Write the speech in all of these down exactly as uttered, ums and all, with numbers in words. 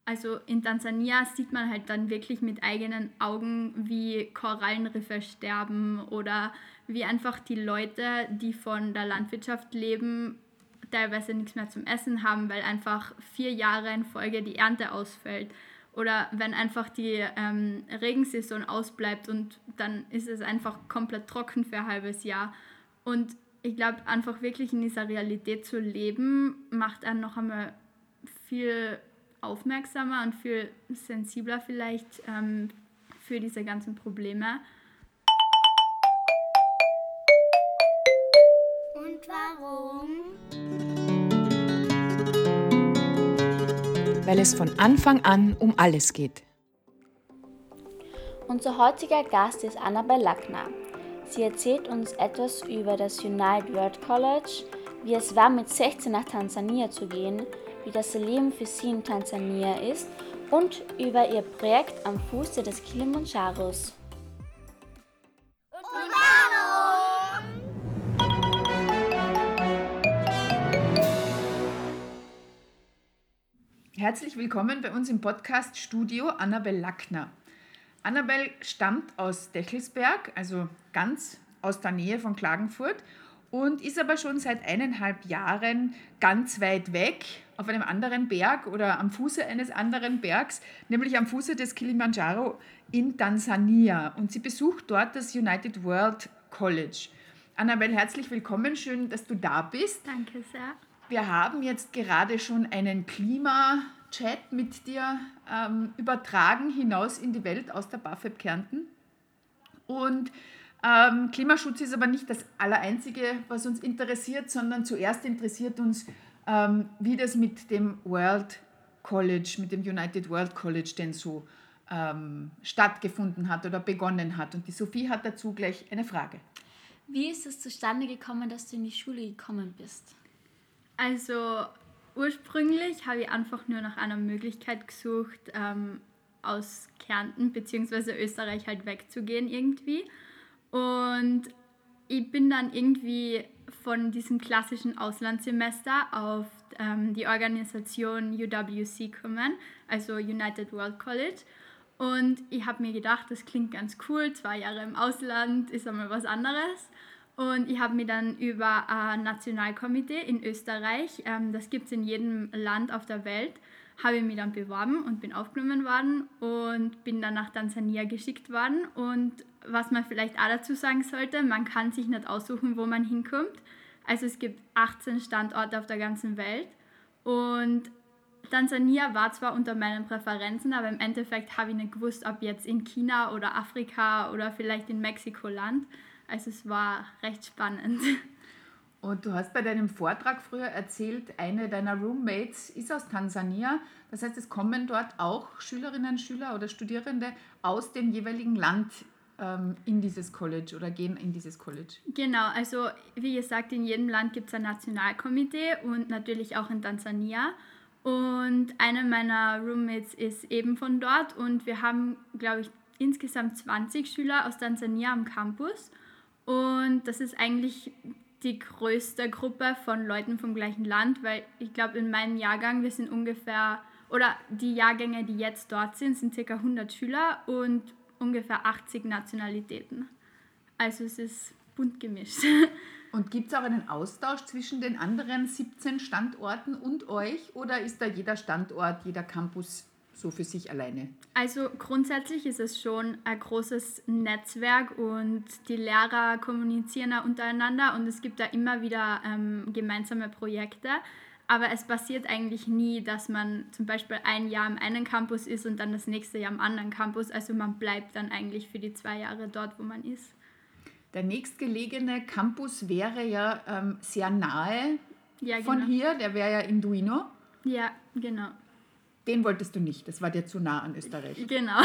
Also in Tansania sieht man halt dann wirklich mit eigenen Augen, wie Korallenriffe sterben oder wie einfach die Leute, die von der Landwirtschaft leben, teilweise nichts mehr zum Essen haben, weil einfach vier Jahre in Folge die Ernte ausfällt. Oder wenn einfach die ähm, Regensaison ausbleibt und dann ist es einfach komplett trocken für ein halbes Jahr. Und ich glaube, einfach wirklich in dieser Realität zu leben, macht einen noch einmal viel aufmerksamer und viel sensibler vielleicht ähm, für diese ganzen Probleme. Und warum? Weil es von Anfang an um alles geht. Unser heutiger Gast ist Annabel Lackner. Sie erzählt uns etwas über das United World College, wie es war, mit sechzehn nach Tansania zu gehen, wie das Leben für sie in Tansania ist und über ihr Projekt am Fuße des Kilimandscharos. Und warum? Herzlich willkommen bei uns im Podcast-Studio Annabel Lackner. Annabel stammt aus Dechelsberg, also ganz aus der Nähe von Klagenfurt, und ist aber schon seit eineinhalb Jahren ganz weit weg auf einem anderen Berg oder am Fuße eines anderen Bergs, nämlich am Fuße des Kilimanjaro in Tansania. Und sie besucht dort das United World College. Annabel, herzlich willkommen, schön, dass du da bist. Danke sehr. Wir haben jetzt gerade schon einen Klima-Chat mit dir ähm, übertragen hinaus in die Welt aus der BAföG Kärnten. Und ähm, Klimaschutz ist aber nicht das Allereinzige, was uns interessiert, sondern zuerst interessiert uns, ähm, wie das mit dem World College, mit dem United World College denn so ähm, stattgefunden hat oder begonnen hat. Und die Sophie hat dazu gleich eine Frage. Wie ist es zustande gekommen, dass du in die Schule gekommen bist? Also ursprünglich habe ich einfach nur nach einer Möglichkeit gesucht, ähm, aus Kärnten bzw. Österreich halt wegzugehen irgendwie. Und ich bin dann irgendwie von diesem klassischen Auslandssemester auf ähm, die Organisation U W C gekommen, also United World College. Und ich habe mir gedacht, das klingt ganz cool, zwei Jahre im Ausland ist einmal was anderes. Und ich habe mich dann über ein Nationalkomitee in Österreich, ähm, das gibt es in jedem Land auf der Welt, habe ich mich dann beworben und bin aufgenommen worden und bin dann nach Tansania geschickt worden. Und was man vielleicht auch dazu sagen sollte, man kann sich nicht aussuchen, wo man hinkommt. Also es gibt achtzehn Standorte auf der ganzen Welt und Tansania war zwar unter meinen Präferenzen, aber im Endeffekt habe ich nicht gewusst, ob jetzt in China oder Afrika oder vielleicht in Mexiko land. Also es war recht spannend. Und du hast bei deinem Vortrag früher erzählt, eine deiner Roommates ist aus Tansania. Das heißt, es kommen dort auch Schülerinnen, Schüler oder Studierende aus dem jeweiligen Land ähm, in dieses College oder gehen in dieses College. Genau, also wie gesagt, in jedem Land gibt es ein Nationalkomitee und natürlich auch in Tansania. Und eine meiner Roommates ist eben von dort und wir haben, glaube ich, insgesamt zwanzig Schüler aus Tansania am Campus. Und das ist eigentlich die größte Gruppe von Leuten vom gleichen Land, weil ich glaube, in meinem Jahrgang, wir sind ungefähr, oder die Jahrgänge, die jetzt dort sind, sind ca. hundert Schüler und ungefähr achtzig Nationalitäten. Also es ist bunt gemischt. Und gibt es auch einen Austausch zwischen den anderen siebzehn Standorten und euch oder ist da jeder Standort, jeder Campus so für sich alleine? Also grundsätzlich ist es schon ein großes Netzwerk und die Lehrer kommunizieren auch untereinander und es gibt da immer wieder ähm, gemeinsame Projekte. Aber es passiert eigentlich nie, dass man zum Beispiel ein Jahr am einen Campus ist und dann das nächste Jahr am anderen Campus. Also man bleibt dann eigentlich für die zwei Jahre dort, wo man ist. Der nächstgelegene Campus wäre ja ähm, sehr nahe Ja, von genau. hier, der wäre ja in Duino. Ja, genau. Den wolltest du nicht, das war dir zu nah an Österreich. Genau.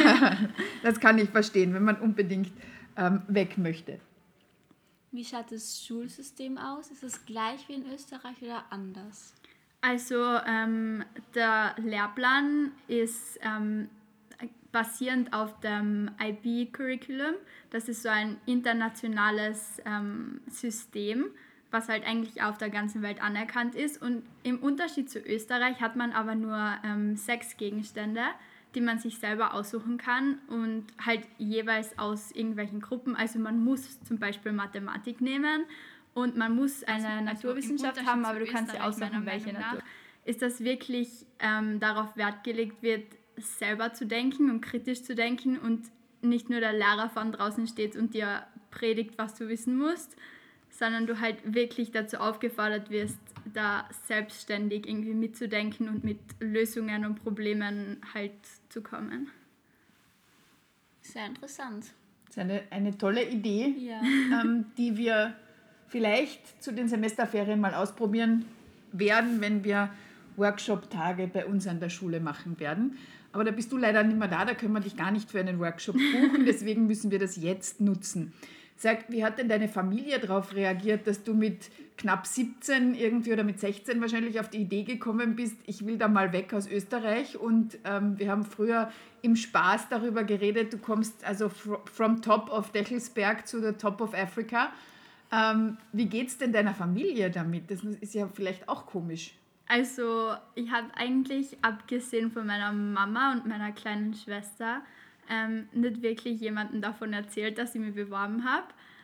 Das kann ich verstehen, wenn man unbedingt ähm, weg möchte. Wie schaut das Schulsystem aus? Ist es gleich wie in Österreich oder anders? Also ähm, der Lehrplan ist ähm, basierend auf dem I B-Curriculum. Das ist so ein internationales ähm, System. was halt eigentlich auf der ganzen Welt anerkannt ist. Und im Unterschied zu Österreich hat man aber nur ähm, sechs Gegenstände, die man sich selber aussuchen kann und halt jeweils aus irgendwelchen Gruppen. Also man muss zum Beispiel Mathematik nehmen und man muss eine also, Naturwissenschaft also haben, aber du kannst dir aussuchen, welche Natur. Ist das wirklich ähm, darauf Wert gelegt wird, selber zu denken und kritisch zu denken und nicht nur der Lehrer von draußen steht und dir predigt, was du wissen musst, sondern du halt wirklich dazu aufgefordert wirst, da selbstständig irgendwie mitzudenken und mit Lösungen und Problemen halt zu kommen. Sehr interessant. Das ist eine, eine tolle Idee, ja. ähm, die wir vielleicht zu den Semesterferien mal ausprobieren werden, wenn wir Workshop-Tage bei uns an der Schule machen werden. Aber da bist du leider nicht mehr da, da können wir dich gar nicht für einen Workshop buchen, deswegen müssen wir das jetzt nutzen. Sag, wie hat denn deine Familie darauf reagiert, dass du mit knapp siebzehn irgendwie oder mit sechzehn wahrscheinlich auf die Idee gekommen bist, ich will da mal weg aus Österreich und ähm, wir haben früher im Spaß darüber geredet, du kommst also from top of Dechelsberg to the top of Africa. Ähm, wie geht's denn deiner Familie damit? Das ist ja vielleicht auch komisch. Also ich habe eigentlich, abgesehen von meiner Mama und meiner kleinen Schwester, ähm, nicht wirklich jemandem davon erzählt, dass ich mich beworben habe.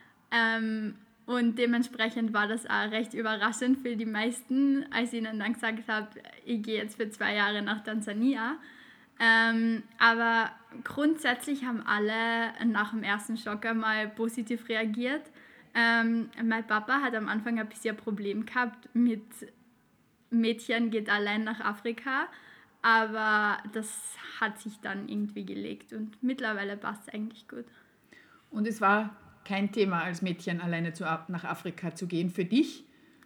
Ähm, und dementsprechend war das auch recht überraschend für die meisten, als ich ihnen dann gesagt habe, ich gehe jetzt für zwei Jahre nach Tansania. Ähm, aber grundsätzlich haben alle nach dem ersten Schock einmal positiv reagiert. Ähm, mein Papa hat am Anfang ein bisschen ein Problem gehabt mit Mädchen geht allein nach Afrika, aber das hat sich dann irgendwie gelegt und mittlerweile passt es eigentlich gut. Und es war kein Thema, als Mädchen alleine zu, nach Afrika zu gehen für dich?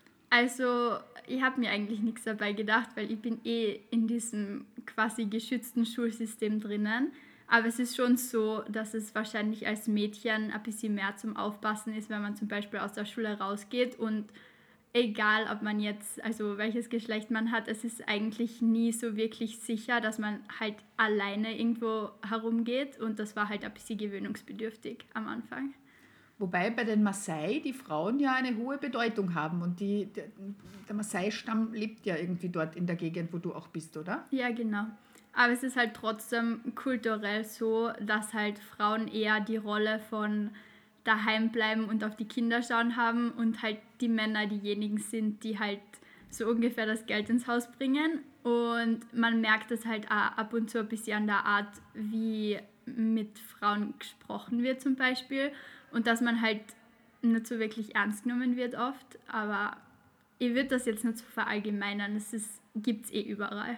Also ich habe mir eigentlich nichts dabei gedacht, weil ich bin eh in diesem quasi geschützten Schulsystem drinnen. Aber es ist schon so, dass es wahrscheinlich als Mädchen ein bisschen mehr zum Aufpassen ist, wenn man zum Beispiel aus der Schule rausgeht und egal, ob man jetzt, also welches Geschlecht man hat, es ist eigentlich nie so wirklich sicher, dass man halt alleine irgendwo herumgeht und das war halt ein bisschen gewöhnungsbedürftig am Anfang. Wobei bei den Maasai die Frauen ja eine hohe Bedeutung haben und die, der, der Maasai-Stamm lebt ja irgendwie dort in der Gegend, wo du auch bist, oder? Ja, genau. Aber es ist halt trotzdem kulturell so, dass halt Frauen eher die Rolle von daheim bleiben und auf die Kinder schauen haben und halt die Männer diejenigen sind, die halt so ungefähr das Geld ins Haus bringen. Und man merkt es halt auch ab und zu ein bisschen an der Art, wie mit Frauen gesprochen wird zum Beispiel und dass man halt nicht so wirklich ernst genommen wird oft. Aber ich würde das jetzt nicht so verallgemeinern, das gibt es eh überall.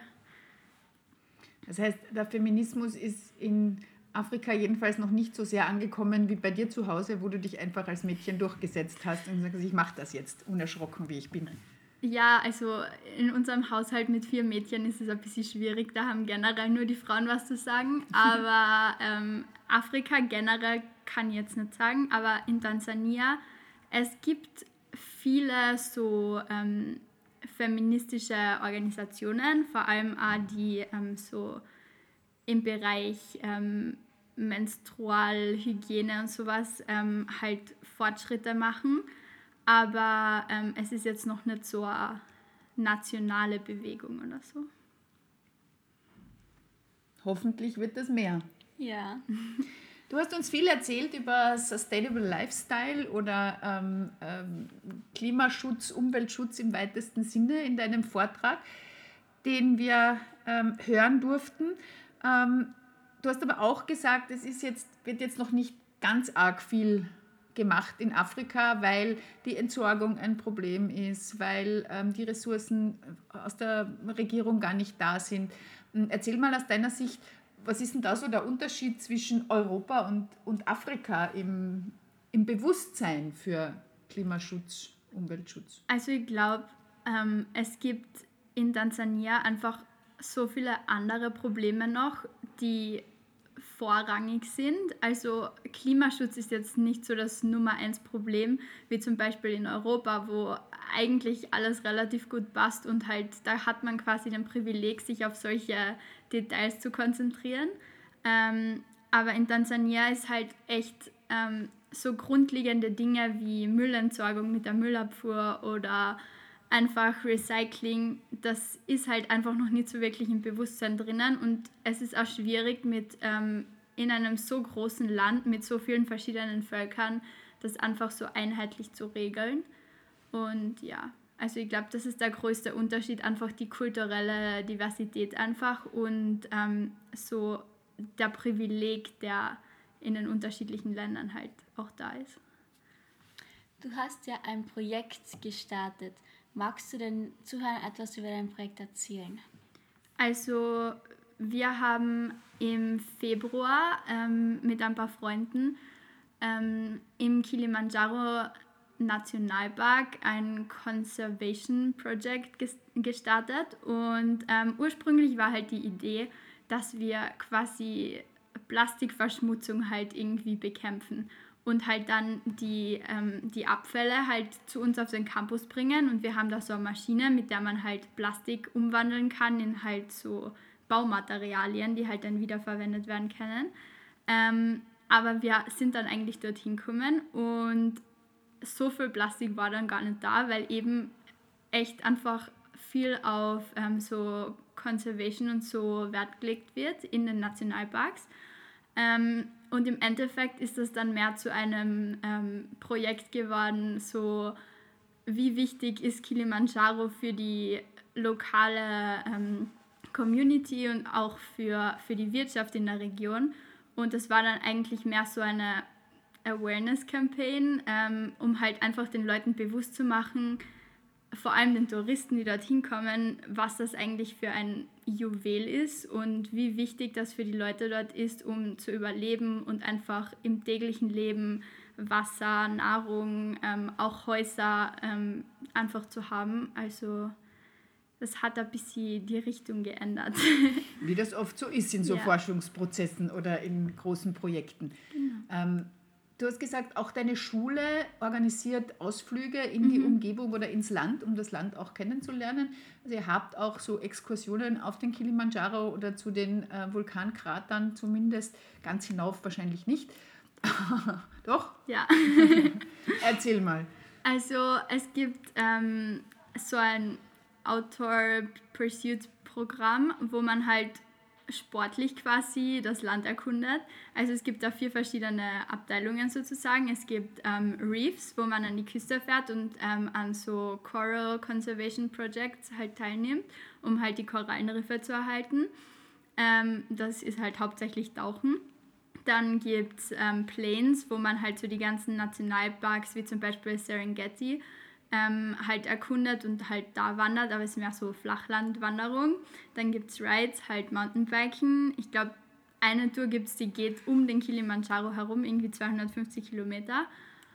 Das heißt, der Feminismus ist in Afrika jedenfalls noch nicht so sehr angekommen wie bei dir zu Hause, wo du dich einfach als Mädchen durchgesetzt hast und gesagt hast, ich mache das jetzt, unerschrocken wie ich bin. Ja, also in unserem Haushalt mit vier Mädchen ist es ein bisschen schwierig, da haben generell nur die Frauen was zu sagen, aber ähm, Afrika generell kann ich jetzt nicht sagen, aber in Tansania, es gibt viele so ähm, feministische Organisationen, vor allem auch die ähm, so im Bereich ähm, Menstrualhygiene und sowas ähm, halt Fortschritte machen. Aber ähm, es ist jetzt noch nicht so eine nationale Bewegung oder so. Hoffentlich wird das mehr. Ja. Du hast uns viel erzählt über Sustainable Lifestyle oder ähm, ähm, Klimaschutz, Umweltschutz im weitesten Sinne in deinem Vortrag, den wir ähm, hören durften. Ähm, du hast aber auch gesagt, es ist jetzt, wird jetzt noch nicht ganz arg viel gemacht in Afrika, weil die Entsorgung ein Problem ist, weil ähm, die Ressourcen aus der Regierung gar nicht da sind. Erzähl mal aus deiner Sicht, was ist denn da so der Unterschied zwischen Europa und, und Afrika im, im Bewusstsein für Klimaschutz, Umweltschutz? Also ich glaube, ähm, es gibt in Tansania einfach so viele andere Probleme noch, die vorrangig sind. Also Klimaschutz ist jetzt nicht so das Nummer eins Problem, wie zum Beispiel in Europa, wo eigentlich alles relativ gut passt und halt da hat man quasi den Privileg, sich auf solche Details zu konzentrieren. Ähm, aber in Tansania ist halt echt ähm, so grundlegende Dinge wie Müllentsorgung mit der Müllabfuhr oder einfach Recycling, das ist halt einfach noch nicht so wirklich im Bewusstsein drinnen und es ist auch schwierig mit ähm, in einem so großen Land mit so vielen verschiedenen Völkern das einfach so einheitlich zu regeln. Und ja, also ich glaube, das ist der größte Unterschied, einfach die kulturelle Diversität einfach und ähm, so der Privileg, der in den unterschiedlichen Ländern halt auch da ist. Du hast ja ein Projekt gestartet. Magst du den Zuhörern etwas über dein Projekt erzählen? Also wir haben im Februar ähm, mit ein paar Freunden ähm, im Kilimanjaro Nationalpark ein Conservation Project ges- gestartet und ähm, ursprünglich war halt die Idee, dass wir quasi Plastikverschmutzung halt irgendwie bekämpfen und halt dann die, ähm, die Abfälle halt zu uns auf den Campus bringen und wir haben da so eine Maschine, mit der man halt Plastik umwandeln kann in halt so Baumaterialien, die halt dann wiederverwendet werden können. Ähm, aber wir sind dann eigentlich dorthin gekommen und so viel Plastik war dann gar nicht da, weil eben echt einfach viel auf ähm, so Conservation und so Wert gelegt wird in den Nationalparks. Ähm, und im Endeffekt ist das dann mehr zu einem ähm, Projekt geworden, so wie wichtig ist Kilimanjaro für die lokale ähm, Community und auch für, für die Wirtschaft in der Region. Und das war dann eigentlich mehr so eine Awareness-Campaign, ähm, um halt einfach den Leuten bewusst zu machen, vor allem den Touristen, die dorthin kommen, was das eigentlich für ein Juwel ist und wie wichtig das für die Leute dort ist, um zu überleben und einfach im täglichen Leben Wasser, Nahrung, ähm, auch Häuser ähm, einfach zu haben. Also das hat ein bisschen die Richtung geändert. Wie das oft so ist in so Ja. Forschungsprozessen oder in großen Projekten. Genau. Ähm, du hast gesagt, auch deine Schule organisiert Ausflüge in die Umgebung oder ins Land, um das Land auch kennenzulernen. Also ihr habt auch so Exkursionen auf den Kilimanjaro oder zu den äh, Vulkankratern zumindest, ganz hinauf wahrscheinlich nicht. Doch? Ja. Erzähl mal. Also es gibt ähm, so ein Outdoor Pursuit Programm, wo man halt sportlich quasi das Land erkundet. Also es gibt da vier verschiedene Abteilungen sozusagen. Es gibt ähm, Reefs, wo man an die Küste fährt und ähm, an so Coral Conservation Projects halt teilnimmt, um halt die Korallenriffe zu erhalten. Ähm, das ist halt hauptsächlich Tauchen. Dann gibt es ähm, Plains, wo man halt so die ganzen Nationalparks, wie zum Beispiel Serengeti, ähm, halt erkundet und halt da wandert, aber es ist mehr so Flachlandwanderung. Dann gibt es Rides, halt Mountainbiken. Ich glaube, eine Tour gibt es, die geht um den Kilimanjaro herum, irgendwie zweihundertfünfzig Kilometer.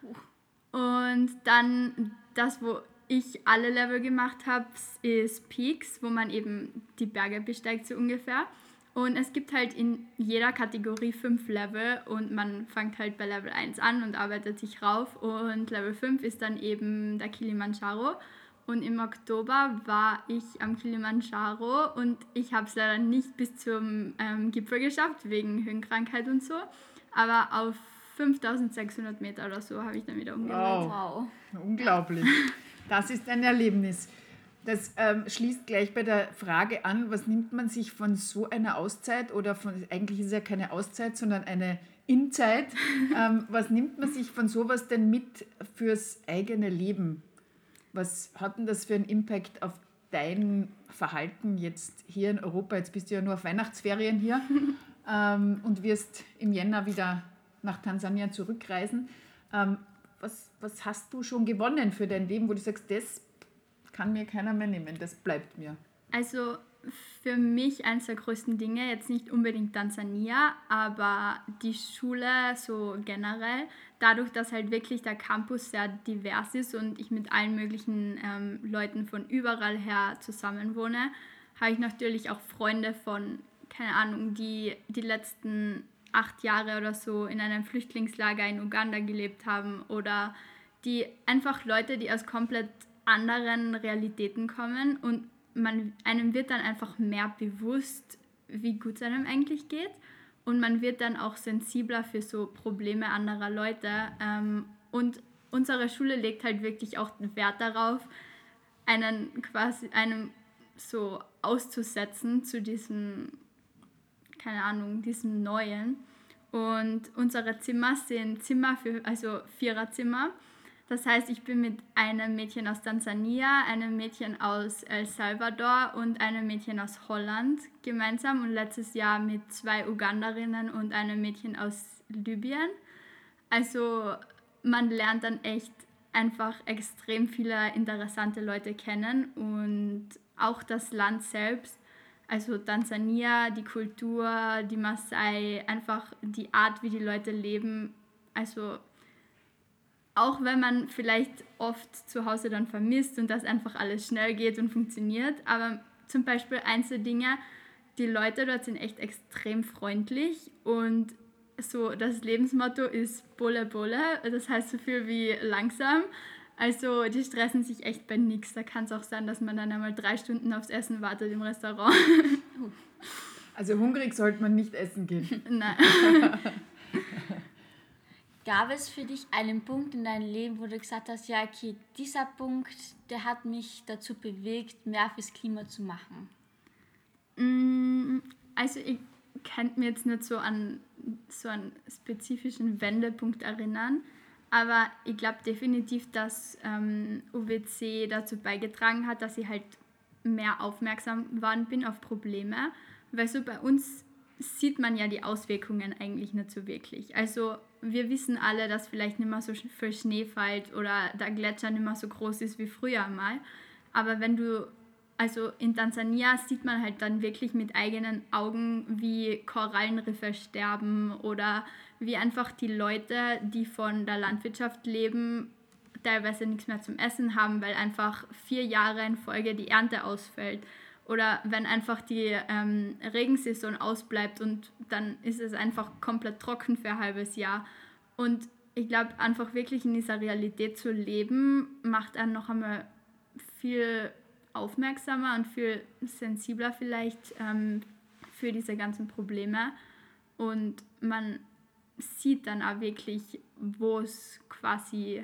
Und dann das, wo ich alle Level gemacht habe, ist Peaks, wo man eben die Berge besteigt so ungefähr. Und es gibt halt in jeder Kategorie fünf Level und man fängt halt bei Level eins an und arbeitet sich rauf. Und Level fünf ist dann eben der Kilimanjaro. Und im Oktober war ich am Kilimanjaro und ich habe es leider nicht bis zum ähm, Gipfel geschafft, wegen Höhenkrankheit und so. Aber auf fünftausendsechshundert Meter oder so habe ich dann wieder umgedreht. Wow. Unglaublich. Das ist ein Erlebnis. Das ähm, schließt gleich bei der Frage an, was nimmt man sich von so einer Auszeit oder von, eigentlich ist es ja keine Auszeit, sondern eine Inzeit. ähm, was nimmt man sich von sowas denn mit fürs eigene Leben? Was hat denn das für einen Impact auf dein Verhalten jetzt hier in Europa? Jetzt bist du ja nur auf Weihnachtsferien hier ähm, und wirst im Jänner wieder nach Tansania zurückreisen. Ähm, was, was hast du schon gewonnen für dein Leben, wo du sagst, das kann mir keiner mehr nehmen, das bleibt mir? Also für mich eines der größten Dinge, jetzt nicht unbedingt Tansania, aber die Schule so generell, dadurch, dass halt wirklich der Campus sehr divers ist und ich mit allen möglichen ähm, Leuten von überall her zusammenwohne, habe ich natürlich auch Freunde von, keine Ahnung, die die letzten acht Jahre oder so in einem Flüchtlingslager in Uganda gelebt haben oder die einfach Leute, die aus komplett anderen Realitäten kommen und man, einem wird dann einfach mehr bewusst, wie gut es einem eigentlich geht und man wird dann auch sensibler für so Probleme anderer Leute. Ähm, und unsere Schule legt halt wirklich auch Wert darauf, einen quasi einem so auszusetzen zu diesem, keine Ahnung, diesem Neuen. Und unsere Zimmer sind Zimmer für, also Viererzimmer. Das heißt, ich bin mit einem Mädchen aus Tansania, einem Mädchen aus El Salvador und einem Mädchen aus Holland gemeinsam und letztes Jahr mit zwei Uganderinnen und einem Mädchen aus Libyen. Also man lernt dann echt einfach extrem viele interessante Leute kennen und auch das Land selbst, also Tansania, die Kultur, die Maasai, einfach die Art, wie die Leute leben, also auch wenn man vielleicht oft zu Hause dann vermisst und dass einfach alles schnell geht und funktioniert, aber zum Beispiel eins der Dinge, die Leute dort sind echt extrem freundlich und so das Lebensmotto ist Bole Bole, das heißt so viel wie langsam. Also die stressen sich echt bei nichts. Da kann es auch sein, dass man dann einmal drei Stunden aufs Essen wartet im Restaurant. Also hungrig sollte man nicht essen gehen. Nein. Gab es für dich einen Punkt in deinem Leben, wo du gesagt hast, ja, okay, dieser Punkt, der hat mich dazu bewegt, mehr fürs Klima zu machen? Also ich kann mir jetzt nicht so an so einen spezifischen Wendepunkt erinnern, aber ich glaube definitiv, dass ähm, U W C dazu beigetragen hat, dass ich halt mehr aufmerksam geworden bin auf Probleme, weil so bei uns sieht man ja die Auswirkungen eigentlich nicht so wirklich. Also wir wissen alle, dass vielleicht nicht mehr so viel Schnee fällt oder der Gletscher nicht mehr so groß ist wie früher mal. Aber wenn du, also in Tansania sieht man halt dann wirklich mit eigenen Augen, wie Korallenriffe sterben oder wie einfach die Leute, die von der Landwirtschaft leben, teilweise nichts mehr zum Essen haben, weil einfach vier Jahre in Folge die Ernte ausfällt. Oder wenn einfach die ähm, Regensaison ausbleibt und dann ist es einfach komplett trocken für ein halbes Jahr. Und ich glaube, einfach wirklich in dieser Realität zu leben, macht einen noch einmal viel aufmerksamer und viel sensibler vielleicht ähm, für diese ganzen Probleme. Und man sieht dann auch wirklich, wo es quasi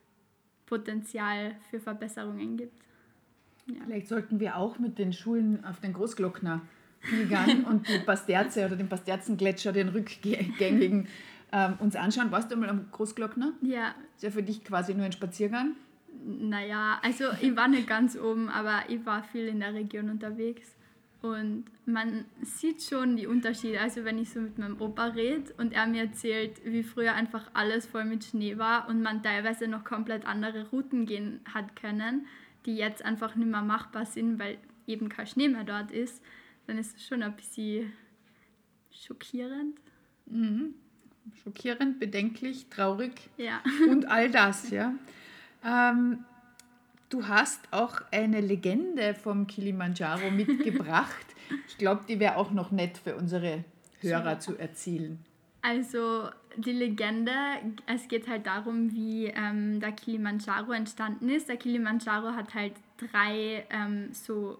Potenzial für Verbesserungen gibt. Ja. Vielleicht sollten wir auch mit den Schulen auf den Großglockner pilgern und die Pasterze oder den Pasterzengletscher, den rückgängigen, ähm, uns anschauen. Warst du mal am Großglockner? Ja. Ist ja für dich quasi nur ein Spaziergang? Naja, also ich war nicht ganz oben, aber ich war viel in der Region unterwegs. Und man sieht schon die Unterschiede. Also wenn ich so mit meinem Opa rede und er mir erzählt, wie früher einfach alles voll mit Schnee war und man teilweise noch komplett andere Routen gehen hat können, die jetzt einfach nicht mehr machbar sind, weil eben kein Schnee mehr dort ist, dann ist es schon ein bisschen schockierend. Mhm. Schockierend, bedenklich, traurig ja. und all das, ja. Ähm, du hast auch eine Legende vom Kilimanjaro mitgebracht. Ich glaube, die wäre auch noch nett für unsere Hörer zu erzählen. Also die Legende, es geht halt darum, wie ähm, der Kilimanjaro entstanden ist. Der Kilimanjaro hat halt drei ähm, so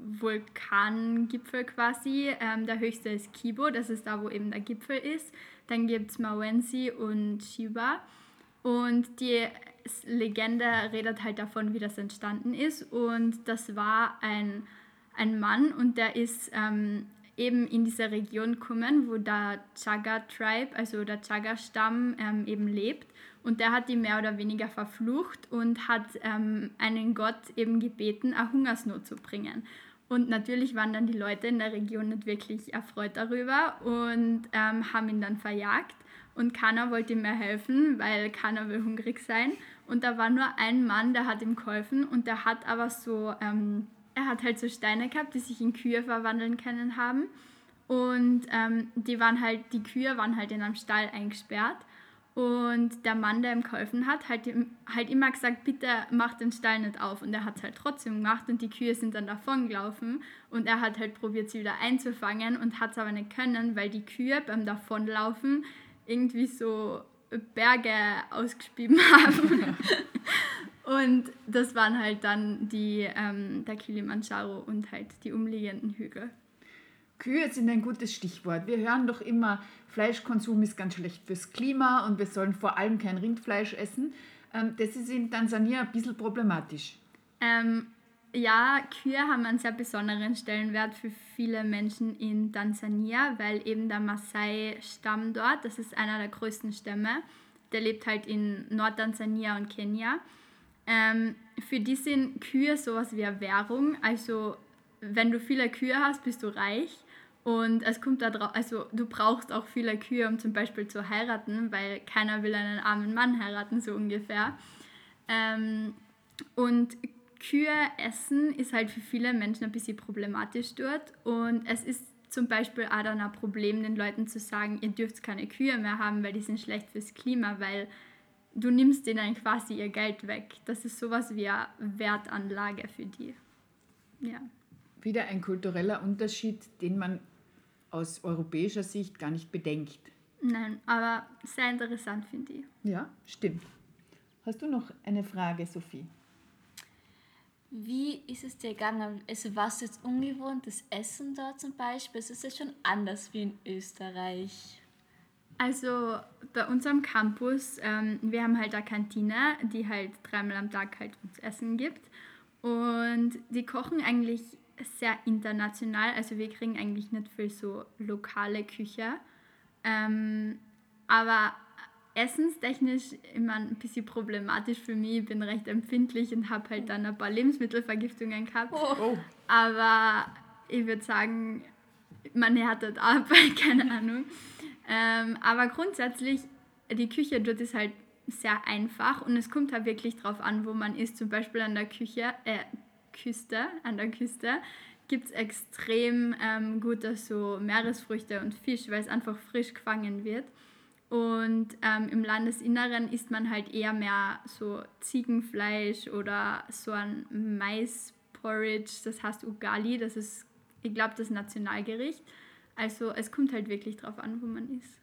Vulkangipfel quasi. Ähm, der höchste ist Kibo, das ist da, wo eben der Gipfel ist. Dann gibt es Mawenzi und Chiba. Und die Legende redet halt davon, wie das entstanden ist. Und das war ein, ein Mann und der ist ähm, eben in diese Region gekommen, wo der Chaga-Tribe, also der Chaga-Stamm ähm, eben lebt. Und der hat die mehr oder weniger verflucht und hat ähm, einen Gott eben gebeten, eine Hungersnot zu bringen. Und natürlich waren dann die Leute in der Region nicht wirklich erfreut darüber und ähm, haben ihn dann verjagt. Und keiner wollte ihm mehr helfen, weil keiner will hungrig sein. Und da war nur ein Mann, der hat ihm geholfen und der hat aber so... Ähm, Er hat halt so Steine gehabt, die sich in Kühe verwandeln können haben. Und ähm, die waren halt, die Kühe waren halt in einem Stall eingesperrt. Und der Mann, der ihm geholfen hat, hat ihm halt immer gesagt, bitte mach den Stall nicht auf. Und er hat es halt trotzdem gemacht und die Kühe sind dann davon gelaufen. Und er hat halt probiert, sie wieder einzufangen und hat es aber nicht können, weil die Kühe beim Davonlaufen irgendwie so Berge ausgespieben haben. Und das waren halt dann die, ähm, der Kilimanjaro und halt die umliegenden Hügel. Kühe sind ein gutes Stichwort. Wir hören doch immer, Fleischkonsum ist ganz schlecht fürs Klima und wir sollen vor allem kein Rindfleisch essen. Ähm, das ist in Tansania ein bisschen problematisch. Ähm, ja, Kühe haben einen sehr besonderen Stellenwert für viele Menschen in Tansania, weil eben der Maasai-Stamm dort, das ist einer der größten Stämme, der lebt halt in Nordtansania und Kenia. Ähm, für die sind Kühe sowas wie eine Währung, also wenn du viele Kühe hast, bist du reich. Und es kommt da drauf, also du brauchst auch viele Kühe, um zum Beispiel zu heiraten, weil keiner will einen armen Mann heiraten, so ungefähr. Ähm, und Kühe essen ist halt für viele Menschen ein bisschen problematisch dort. Und es ist zum Beispiel auch dann ein Problem, den Leuten zu sagen, ihr dürft keine Kühe mehr haben, weil die sind schlecht fürs Klima, weil du nimmst denen quasi ihr Geld weg. Das ist sowas wie eine Wertanlage für die. Ja. Wieder ein kultureller Unterschied, den man aus europäischer Sicht gar nicht bedenkt. Nein, aber sehr interessant finde ich. Ja, stimmt. Hast du noch eine Frage, Sophie? Wie ist es dir gegangen? Also was jetzt ungewohntes Essen da zum Beispiel? Es ist ja schon anders wie in Österreich. Also bei unserem Campus, ähm, wir haben halt eine Kantine, die halt dreimal am Tag halt uns Essen gibt. Und die kochen eigentlich sehr international, also wir kriegen eigentlich nicht viel so lokale Küche. Ähm, aber essenstechnisch immer ein bisschen problematisch für mich. Ich bin recht empfindlich und habe halt dann ein paar Lebensmittelvergiftungen gehabt. Oh. Aber ich würde sagen, man härtet ab, keine Ahnung. Ähm, aber grundsätzlich, die Küche dort ist halt sehr einfach und es kommt halt wirklich drauf an, wo man ist. Zum Beispiel an der Küche, äh, Küste, an der Küste gibt es extrem ähm, gute so Meeresfrüchte und Fisch, weil es einfach frisch gefangen wird. Und ähm, im Landesinneren isst man halt eher mehr so Ziegenfleisch oder so ein Maisporridge, das heißt Ugali, das ist, ich glaube, das Nationalgericht. Also es kommt halt wirklich drauf an, wo man ist.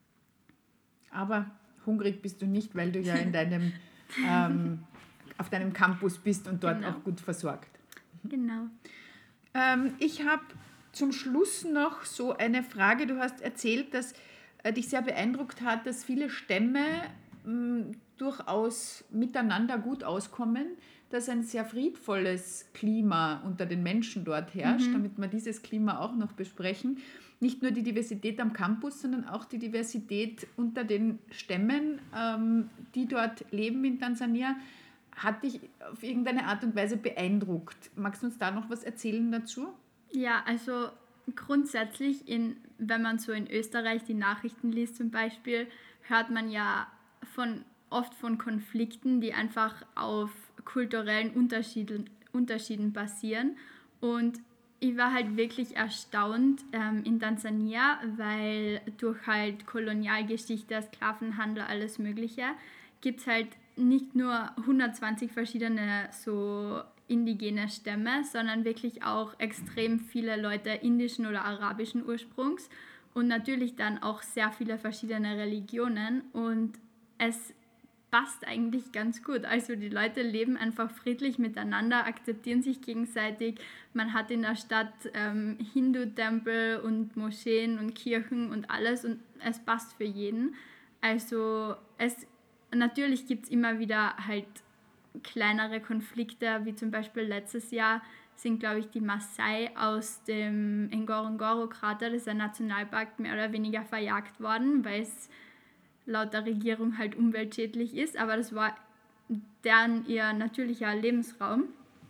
Aber hungrig bist du nicht, weil du ja in deinem, ähm, auf deinem Campus bist und dort Genau. auch gut versorgt. Genau. Ähm, ich habe zum Schluss noch so eine Frage. Du hast erzählt, dass äh, dich sehr beeindruckt hat, dass viele Stämme mh, durchaus miteinander gut auskommen, dass ein sehr friedvolles Klima unter den Menschen dort herrscht, mhm. damit wir dieses Klima auch noch besprechen. Nicht nur die Diversität am Campus, sondern auch die Diversität unter den Stämmen, ähm, die dort leben in Tansania, hat dich auf irgendeine Art und Weise beeindruckt. Magst du uns da noch was erzählen dazu? Ja, also grundsätzlich, in, wenn man so in Österreich die Nachrichten liest zum Beispiel, hört man ja von, oft von Konflikten, die einfach auf kulturellen Unterschieden, Unterschieden basieren. Und ich war halt wirklich erstaunt ähm, in Tansania, weil durch halt Kolonialgeschichte, Sklavenhandel, alles Mögliche, gibt es halt nicht nur hundertzwanzig verschiedene so indigene Stämme, sondern wirklich auch extrem viele Leute indischen oder arabischen Ursprungs und natürlich dann auch sehr viele verschiedene Religionen und es passt eigentlich ganz gut. Also die Leute leben einfach friedlich miteinander, akzeptieren sich gegenseitig. Man hat in der Stadt ähm, Hindu-Tempel und Moscheen und Kirchen und alles und es passt für jeden. Also es natürlich gibt es immer wieder halt kleinere Konflikte, wie zum Beispiel letztes Jahr sind, glaube ich, die Maasai aus dem Ngorongoro-Krater, das ist ein Nationalpark, mehr oder weniger verjagt worden, weil es laut der Regierung halt umweltschädlich ist, aber das war deren ihr natürlicher Lebensraum.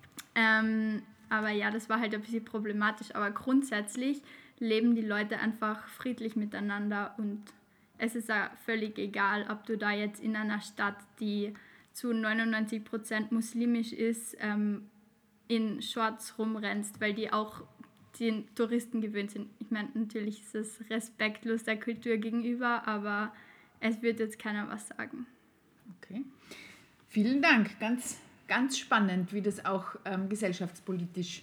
Ähm, aber ja, das war halt ein bisschen problematisch, aber grundsätzlich leben die Leute einfach friedlich miteinander und es ist ja völlig egal, ob du da jetzt in einer Stadt, die zu neunundneunzig Prozent muslimisch ist, ähm, in Shorts rumrennst, weil die auch den Touristen gewöhnt sind. Ich meine, natürlich ist es respektlos der Kultur gegenüber, aber es wird jetzt keiner was sagen. Okay. Vielen Dank. Ganz, ganz spannend, wie das auch ähm, gesellschaftspolitisch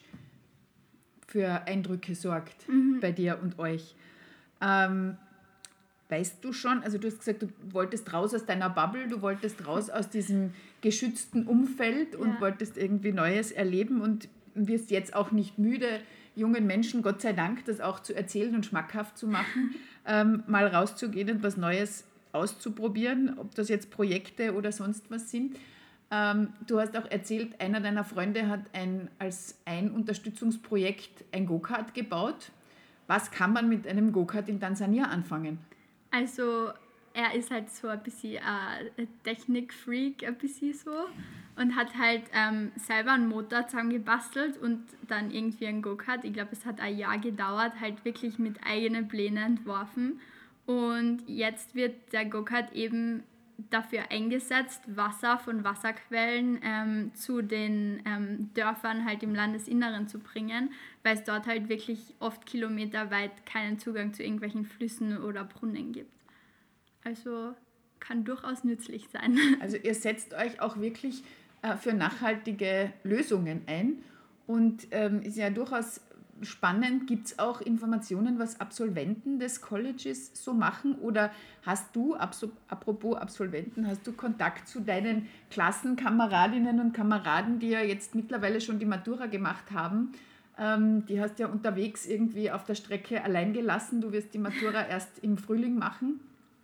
für Eindrücke sorgt mhm. bei dir und euch. Ähm, Weißt du schon, also du hast gesagt, du wolltest raus aus deiner Bubble, du wolltest raus aus diesem geschützten Umfeld und ja. wolltest irgendwie Neues erleben und wirst jetzt auch nicht müde, jungen Menschen, Gott sei Dank, das auch zu erzählen und schmackhaft zu machen, ähm, mal rauszugehen und was Neues auszuprobieren, ob das jetzt Projekte oder sonst was sind. Ähm, du hast auch erzählt, einer deiner Freunde hat ein, als ein Unterstützungsprojekt ein Go-Kart gebaut. Was kann man mit einem Go-Kart in Tansania anfangen? Also er ist halt so ein bisschen ein Technik-Freak, ein bisschen so. Und hat halt ähm, selber einen Motor zusammengebastelt und dann irgendwie ein Go-Kart. Ich glaube, es hat ein Jahr gedauert, halt wirklich mit eigenen Plänen entworfen. Und jetzt wird der Go-Kart eben dafür eingesetzt, Wasser von Wasserquellen ähm, zu den ähm, Dörfern halt im Landesinneren zu bringen, weil es dort halt wirklich oft kilometerweit keinen Zugang zu irgendwelchen Flüssen oder Brunnen gibt. Also kann durchaus nützlich sein. Also ihr setzt euch auch wirklich äh, für nachhaltige Lösungen ein und ähm, ist ja durchaus spannend. Gibt es auch Informationen, was Absolventen des Colleges so machen? Oder hast du, apropos Absolventen, hast du Kontakt zu deinen Klassenkameradinnen und Kameraden, die ja jetzt mittlerweile schon die Matura gemacht haben? Ähm, die hast ja unterwegs irgendwie auf der Strecke allein gelassen. Du wirst die Matura erst im Frühling machen.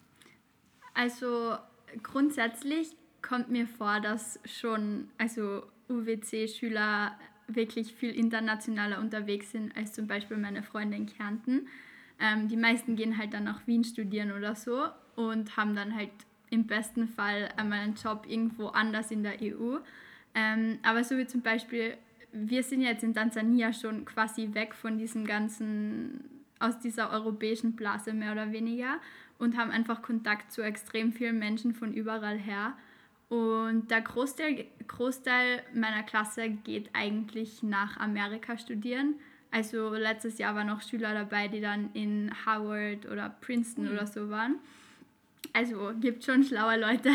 Also grundsätzlich kommt mir vor, dass schon also U W C-Schüler wirklich viel internationaler unterwegs sind als zum Beispiel meine Freunde in Kärnten. Ähm, die meisten gehen halt dann nach Wien studieren oder so und haben dann halt im besten Fall einmal einen Job irgendwo anders in der E U. Ähm, aber so wie zum Beispiel, wir sind jetzt in Tansania schon quasi weg von diesem ganzen, aus dieser europäischen Blase mehr oder weniger und haben einfach Kontakt zu extrem vielen Menschen von überall her. Und der Großteil, Großteil meiner Klasse geht eigentlich nach Amerika studieren. Also letztes Jahr waren noch Schüler dabei, die dann in Harvard oder Princeton mhm. oder so waren. Also gibt schon schlaue Leute.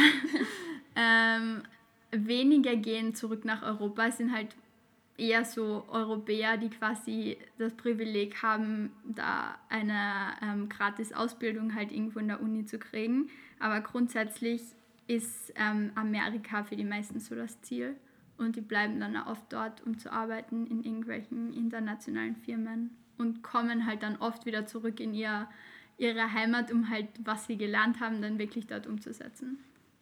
ähm, wenige gehen zurück nach Europa. Es sind halt eher so Europäer, die quasi das Privileg haben, da eine ähm, gratis Ausbildung halt irgendwo in der Uni zu kriegen. Aber grundsätzlich ist ähm, Amerika für die meisten so das Ziel und die bleiben dann auch oft dort, um zu arbeiten in irgendwelchen internationalen Firmen und kommen halt dann oft wieder zurück in ihr, ihre Heimat, um halt, was sie gelernt haben, dann wirklich dort umzusetzen.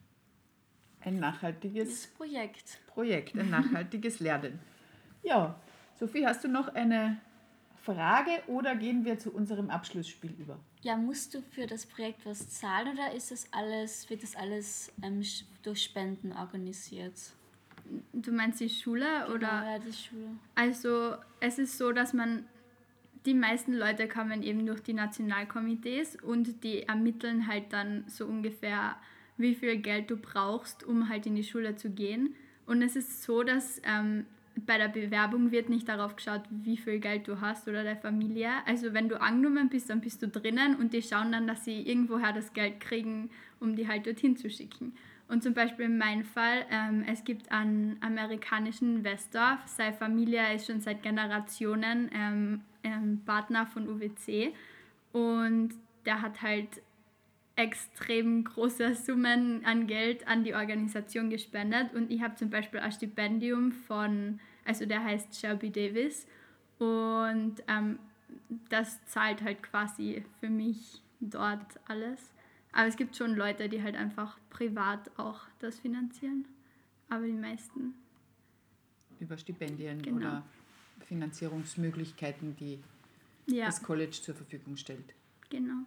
Ein nachhaltiges Projekt. Projekt, ein nachhaltiges Lernen. Ja, Sophie, hast du noch eine Frage oder gehen wir zu unserem Abschlussspiel über? Ja, musst du für das Projekt was zahlen oder ist das alles, wird das alles ähm, durch Spenden organisiert? Du meinst die Schule? Genau, oder? Ja, die Schule. Also es ist so, dass man, die meisten Leute kommen eben durch die Nationalkomitees und die ermitteln halt dann so ungefähr, wie viel Geld du brauchst, um halt in die Schule zu gehen. Und es ist so, dass ähm, bei der Bewerbung wird nicht darauf geschaut, wie viel Geld du hast oder deine Familie. Also wenn du angenommen bist, dann bist du drinnen und die schauen dann, dass sie irgendwoher das Geld kriegen, um die halt dorthin zu schicken. Und zum Beispiel in meinem Fall, ähm, es gibt einen amerikanischen Investor, seine Familie ist schon seit Generationen ähm, ähm, Partner von U W C und der hat halt extrem große Summen an Geld an die Organisation gespendet und ich habe zum Beispiel ein Stipendium von, also der heißt Shelby Davis und ähm, das zahlt halt quasi für mich dort alles. Aber es gibt schon Leute, die halt einfach privat auch das finanzieren, aber die meisten über Stipendien genau. oder Finanzierungsmöglichkeiten, die ja. das College zur Verfügung stellt. Genau.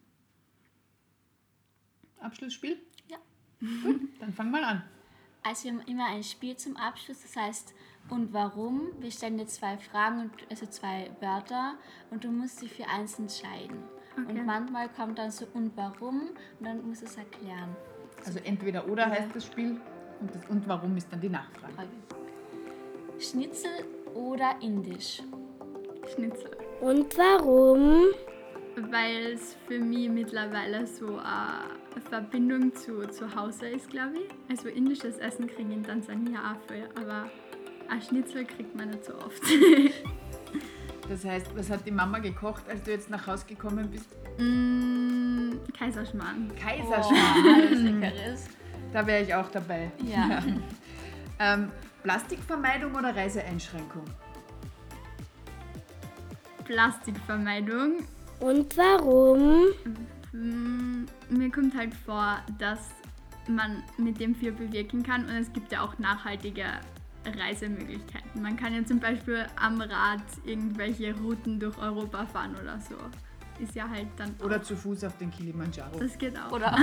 Abschlussspiel? Ja. Gut, dann fang mal an. Also wir haben immer ein Spiel zum Abschluss, das heißt und warum. Wir stellen dir zwei Fragen, also zwei Wörter und du musst dich für eins entscheiden. Okay. Und manchmal kommt dann so und warum und dann musst du es erklären. Also entweder oder ja. heißt das Spiel und, das, und warum ist dann die Nachfrage. Okay. Schnitzel oder Indisch? Schnitzel. Und warum? Weil es für mich mittlerweile so eine Verbindung zu, zu Hause ist, glaube ich. Also indisches Essen kriege ich in Tansania auch viel, aber ein Schnitzel kriegt man nicht so oft. Das heißt, was hat die Mama gekocht, als du jetzt nach Hause gekommen bist? Mm, Kaiserschmarrn. Kaiserschmarrn. Oh, da wäre ich auch dabei. Ja. ähm, Plastikvermeidung oder Reiseeinschränkung? Plastikvermeidung. Und warum? Mm, Mir kommt halt vor, dass man mit dem viel bewirken kann und es gibt ja auch nachhaltige Reisemöglichkeiten. Man kann ja zum Beispiel am Rad irgendwelche Routen durch Europa fahren oder so. Ist ja halt dann Oder auch, zu Fuß auf den Kilimanjaro. das geht auch. Oder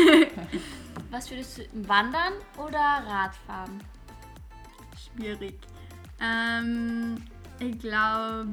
was würdest du, wandern oder Radfahren? Schwierig. Ähm, ich glaube,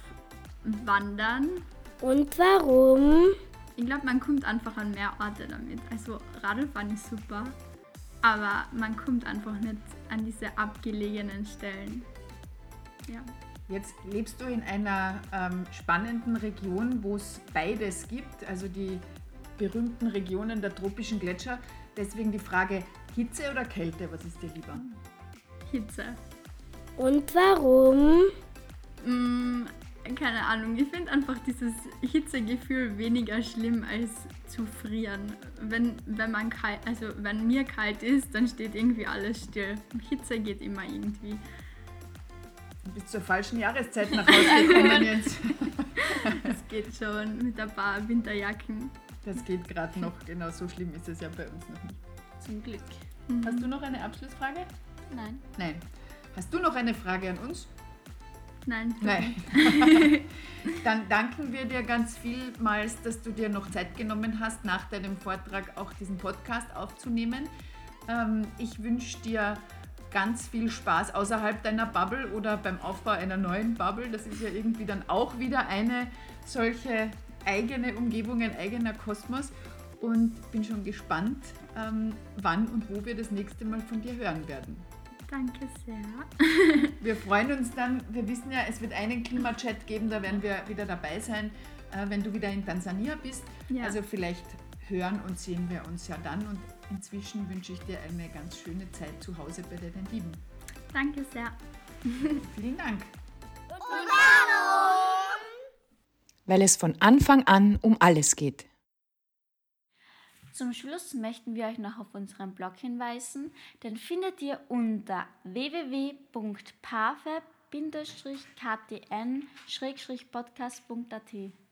wandern. Und warum? Ich glaube, man kommt einfach an mehr Orte damit. Also Radlfahren ist super, aber man kommt einfach nicht an diese abgelegenen Stellen. Ja. Jetzt lebst du in einer ähm, spannenden Region, wo es beides gibt, also die berühmten Regionen der tropischen Gletscher. Deswegen die Frage, Hitze oder Kälte, was ist dir lieber? Hitze. Und warum? Mm, keine Ahnung, ich finde einfach dieses Hitzegefühl weniger schlimm als zu frieren. Wenn, wenn, man kalt, also wenn mir kalt ist, dann steht irgendwie alles still. Hitze geht immer irgendwie. Du bist zur falschen Jahreszeit nach Hause gekommen jetzt. Das geht schon mit ein paar Winterjacken. Das geht gerade noch, genau so schlimm ist es ja bei uns noch nicht. Zum Glück. Hast du noch eine Abschlussfrage? Nein. Nein. Hast du noch eine Frage an uns? Nein. Nein. Dann danken wir dir ganz vielmals, dass du dir noch Zeit genommen hast, nach deinem Vortrag auch diesen Podcast aufzunehmen. Ähm, ich wünsche dir ganz viel Spaß außerhalb deiner Bubble oder beim Aufbau einer neuen Bubble. Das ist ja irgendwie dann auch wieder eine solche eigene Umgebung, ein eigener Kosmos. Und bin schon gespannt, ähm, wann und wo wir das nächste Mal von dir hören werden. Danke sehr. Wir freuen uns dann, wir wissen ja, es wird einen Klimachat geben, da werden wir wieder dabei sein, äh, wenn du wieder in Tansania bist. Ja. Also vielleicht hören und sehen wir uns ja dann und inzwischen wünsche ich dir eine ganz schöne Zeit zu Hause bei deinen Lieben. Danke sehr. Vielen Dank. Weil es von Anfang an um alles geht. Zum Schluss möchten wir euch noch auf unseren Blog hinweisen, den findet ihr unter w w w punkt pave Bindestrich k t n Schrägstrich podcast punkt a t.